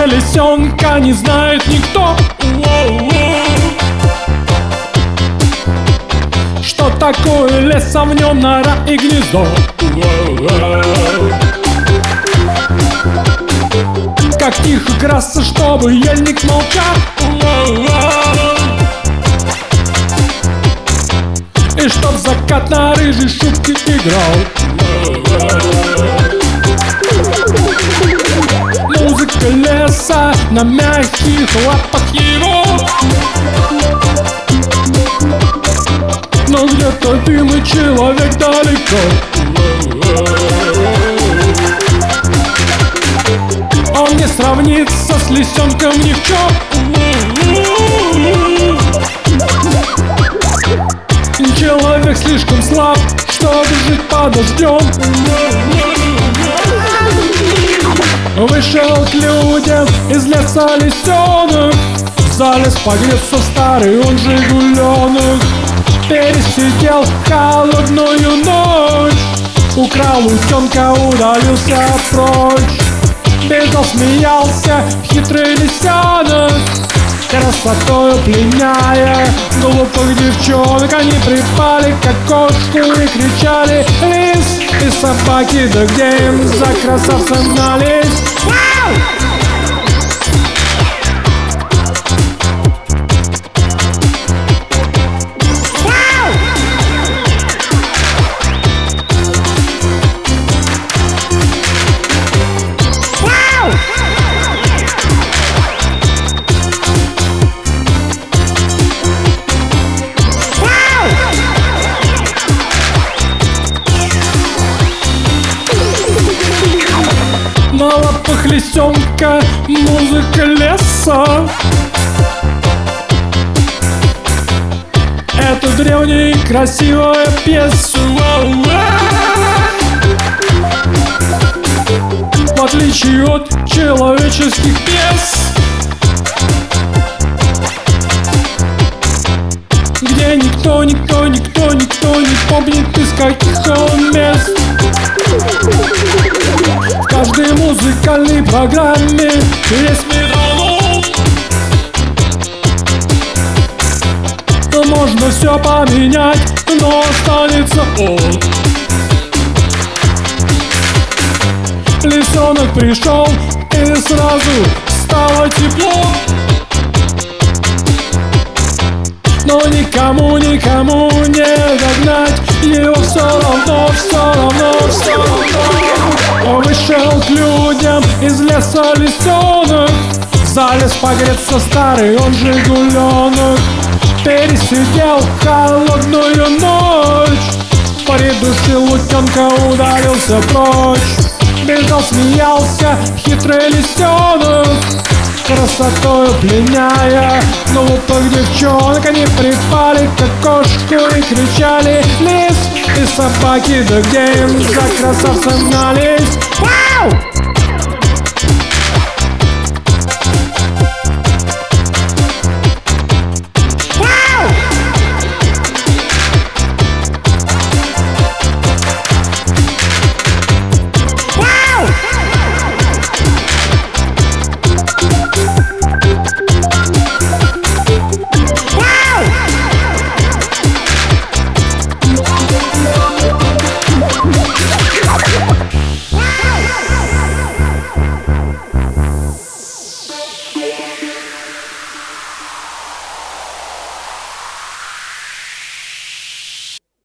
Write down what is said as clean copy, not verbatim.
лисенка не знает никто. Что такое лес, а в нем нора и гнездо. Как тихо красться, чтобы ельник молчал. И чтоб закат на рыжей шубке играл. Музыка леса на мягких лапах его. Но где-то дым и человек далеко. Он не сравнится с лисенком ни в чем. Человек слишком слаб, чтобы жить под дождем. Вышел к людям из леса лисенок. Залез погреться старый, он жигуленок. Пересидел холодную ночь. Украл утенка, удалился прочь. Бежал, смеялся хитрый лисенок, красотою пленяя глупых девчонок. Они припали к окошку и кричали: лис и собаки, да где им за красавцем гнались? На лапах лисенка музыка леса. Это древняя и красивая песня. В отличие от человеческих пес, где никто не помнит, из каких он мест. В каждой музыкальной программе есть метроном. Но можно все поменять, но останется он. Лисенок пришел, и сразу стало тепло. Но никому не догнать его все равно. Вышел к людям из леса лисенок. Залез погреться старый, он жигуленок. Пересидел холодную ночь. Придушил утенка, удалился прочь. Бежал, смеялся хитрый лисенок, красотою пленяя глупых девчонок. Они припали к окошку и кричали: лис и собаки, да где им за красавцем гнались?